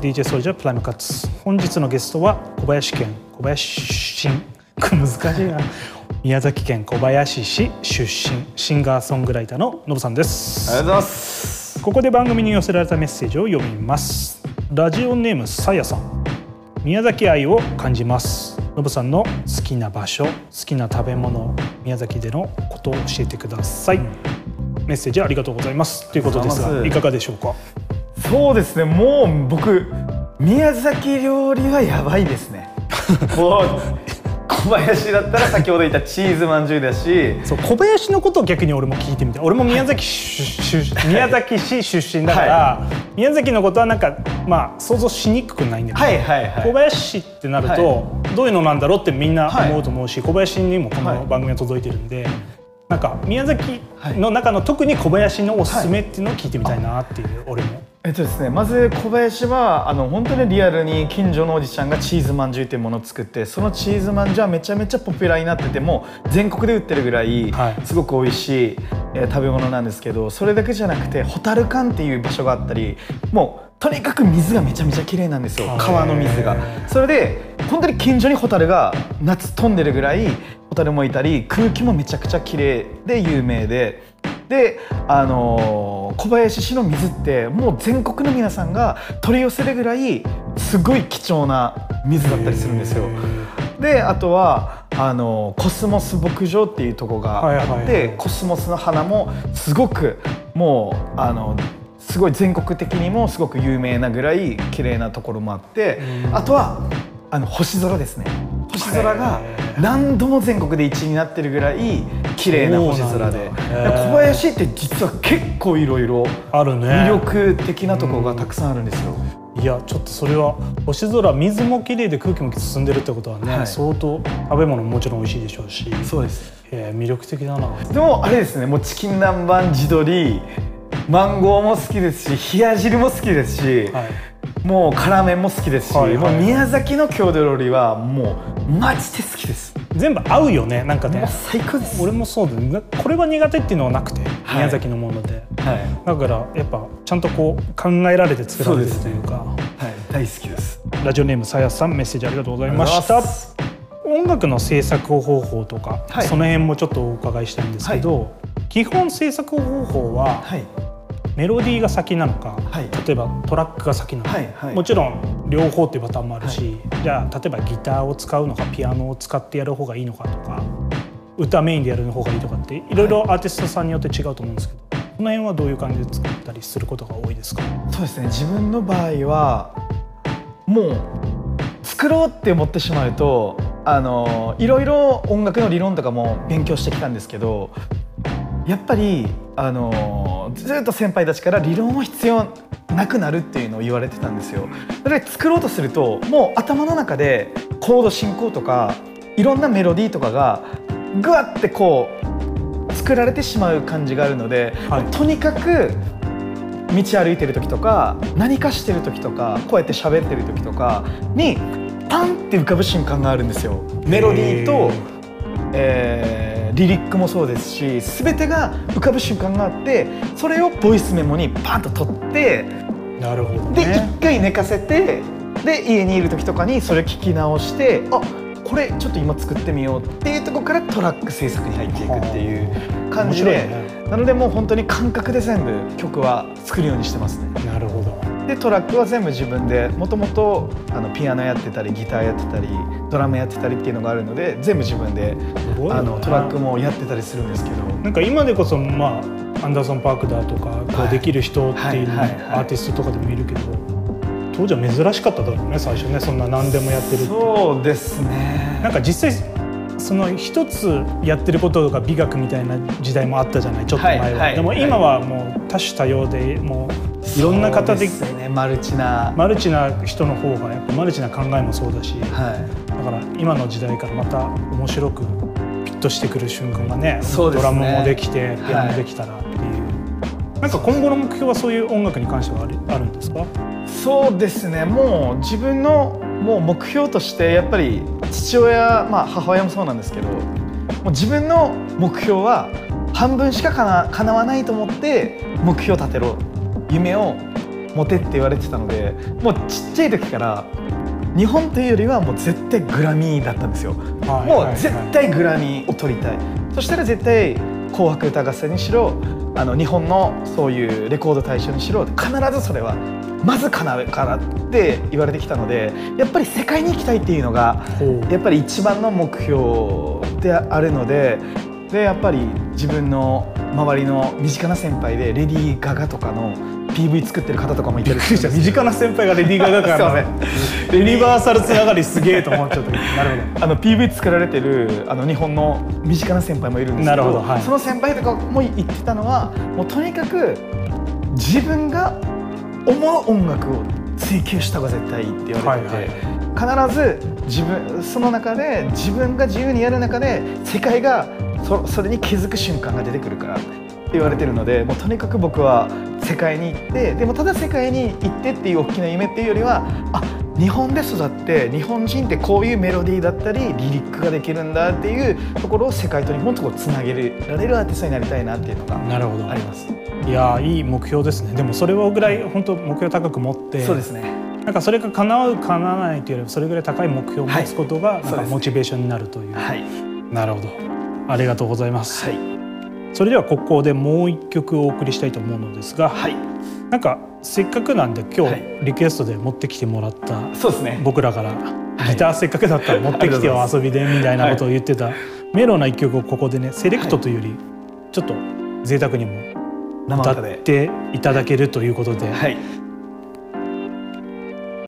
DJ ソルジャープライムカッツ。本日のゲストは小林市難しいな宮崎県小林市出身シンガーソングライターのノブさんです。 ありがとうございます。 ここで番組に寄せられたメッセージを読みます。ラジオネームさやさん。宮崎愛を感じます。ノブさんの好きな場所、好きな食べ物、宮崎でのことを教えてください。メッセージありがとうございますということですが、いかがでしょうか。 そうですね、もう僕宮崎料理はやばいですねもう小林だったら先ほど言ったチーズまんじゅうだし、 そう小林のことを逆に俺も聞いてみたい。俺も宮崎市出身だから、はい、宮崎のことはなんかまあ想像しにくくないんだけど、はいはいはい、小林市ってなると、はい、どういうのなんだろうってみんな思うと思うし、はい、小林にもこの番組が届いてるんで、はい、なんか宮崎の中の特に小林のおすすめっていうのを聞いてみたいなっていう、俺も。 ですね、まず小林は本当にリアルに近所のおじちゃんがチーズまんじゅうっていうものを作って、そのチーズまんじゅうはめちゃめちゃポピュラーになってて、もう全国で売ってるぐらいすごく美味しい食べ物なんですけど、それだけじゃなくて蛍館っていう場所があったり、もうとにかく水がめちゃめちゃ綺麗なんですよ、川の水が。それで本当に近所にホタルが夏飛んでるぐらいホタルもいたり、空気もめちゃくちゃ綺麗で有名で。で小林市の水ってもう全国の皆さんが取り寄せるぐらいすごい貴重な水だったりするんですよ。であとはコスモス牧場っていうとこがあって、コスモスの花もすごくもうすごい全国的にもすごく有名なぐらい綺麗なところもあって、あとは星空ですね。星空が何度も全国で1位になってるぐらい綺麗な星空で、小林って実は結構いろいろ魅力的なところがたくさんあるんですよ。 いやちょっとそれは星空、水も綺麗で空気も澄んでるってことはね、はい、相当食べ物ももちろん美味しいでしょうし。 そうです。 魅力的だな。 でもあれですね、もうチキン南蛮地鶏、マンゴーも好きですし、冷や汁も好きですし、はい、もう辛麺も好きですし、はいはいはい、もう宮崎の郷土料理はもうマジで好きです。 全部合うよね、なんかね。 最高です。 俺もそうで、これは苦手っていうのはなくて、はい、宮崎のもので、はい、だからやっぱちゃんとこう考えられて作られてるというか、はい、 大好きです。 ラジオネームさやさん、メッセージありがとうございました。音楽の制作方法とか、はい、その辺もちょっとお伺いしたいんですけど、はい、基本制作方法は、はい、メロディーが先なのか、はい、例えばトラックが先なのか、はいはい、もちろん両方っていうパターンもあるし、はい、じゃあ例えばギターを使うのかピアノを使ってやる方がいいのかとか、歌メインでやる方がいいとかっていろいろアーティストさんによって違うと思うんですけど、この辺はどういう感じで作ったりすることが多いですか？ そうですね、自分の場合はもう作ろうって思ってしまうといろいろ音楽の理論とかも勉強してきたんですけど、やっぱりずっと先輩たちから理論は必要なくなるっていうのを言われてたんですよ。だから作ろうとするともう頭の中でコード進行とかいろんなメロディーとかがグワッてこう作られてしまう感じがあるので、はい、とにかく道歩いてる時とか何かしてる時とかこうやって喋ってる時とかにパンって浮かぶ瞬間があるんですよ。メロディーと、リリックもそうですし、全てが浮かぶ瞬間があって、それをボイスメモにパンと取って、 なるほどね、 で一回寝かせて、で家にいる時とかにそれ聞き直して、あ、これちょっと今作ってみようっていうところからトラック制作に入っていくっていう感じで、ね、なのでもう本当に感覚で全部曲は作るようにしてますね。 なるほど。 でトラックは全部自分で、もともとピアノやってたりギターやってたりドラムやってたりっていうのがあるので、全部自分でトラックもやってたりするんですけど、 なんか今でこそまあアンダーソン・パークだとかこうできる人っていうアーティストとかでもいるけど、当時は珍しかっただろうね、最初ね、そんな何でもやってるって。 そうですね。 なんか実際その一つやってることが美学みたいな時代もあったじゃない、ちょっと前は、はいはい、でも今はもう多種多様で、もういろんな方で、 ね、マルチな人の方がやっぱマルチな考えもそうだし、はい、だから今の時代からまた面白くピッとしてくる瞬間がね、ドラムもできてピアノもできたらっていう、はい、なんか今後の目標はそういう音楽に関してはあるんですか？ そうですね、もう自分のもう目標としてやっぱり父親、母親もそうなんですけど、もう自分の目標は半分しか叶わないと思って目標を立てろ、夢をモテって言われてたので、もうちっちゃい時から日本というよりはもう絶対グラミーだったんですよ。もう絶対グラミーを取りたい。そしたら絶対紅白歌合戦にしろ日本のそういうレコード大賞にしろ必ずそれはまず叶うからって言われてきたので、やっぱり世界に行きたいっていうのがやっぱり一番の目標であるので、やっぱり自分の周りの身近な先輩でレディー・ガガとかの PV 作ってる方とかもいてる。 身近な先輩がレディー・ガガからユニバーサルつながりすげえと思っちゃった。なるほど。 PV 作られてる日本の身近な先輩もいるんですけど、はい、その先輩とかも言ってたのは、もうとにかく自分が思う音楽を追求した方が絶対いいって言われてて、必ずその中で自分が自由にやる中で世界がそれに気づく瞬間が出てくるからって言われてるので、もうとにかく僕は世界に行って、でもただ世界に行ってっていう大きな夢っていうよりは、日本で育って日本人ってこういうメロディーだったりリリックができるんだっていうところを世界と日本とつなげられるアーティストになりたいなっていうのがあります。 いやいい目標ですね。でもそれぐらい本当目標高く持って、 そうですね、 なんかそれが叶う叶わないというよりそれぐらい高い目標を持つことがなんかモチベーションになるという、はい、なるほど、ありがとうございます、はい、それではここでもう一曲お送りしたいと思うのですが、はい、なんかせっかくなんで今日リクエストで持ってきてもらった、そうですね、僕らからギターせっかくだったら持ってきてよ遊びでみたいなことを言ってたメロな一曲をここでねセレクトというよりちょっと贅沢にも歌っていただけるということで、はい、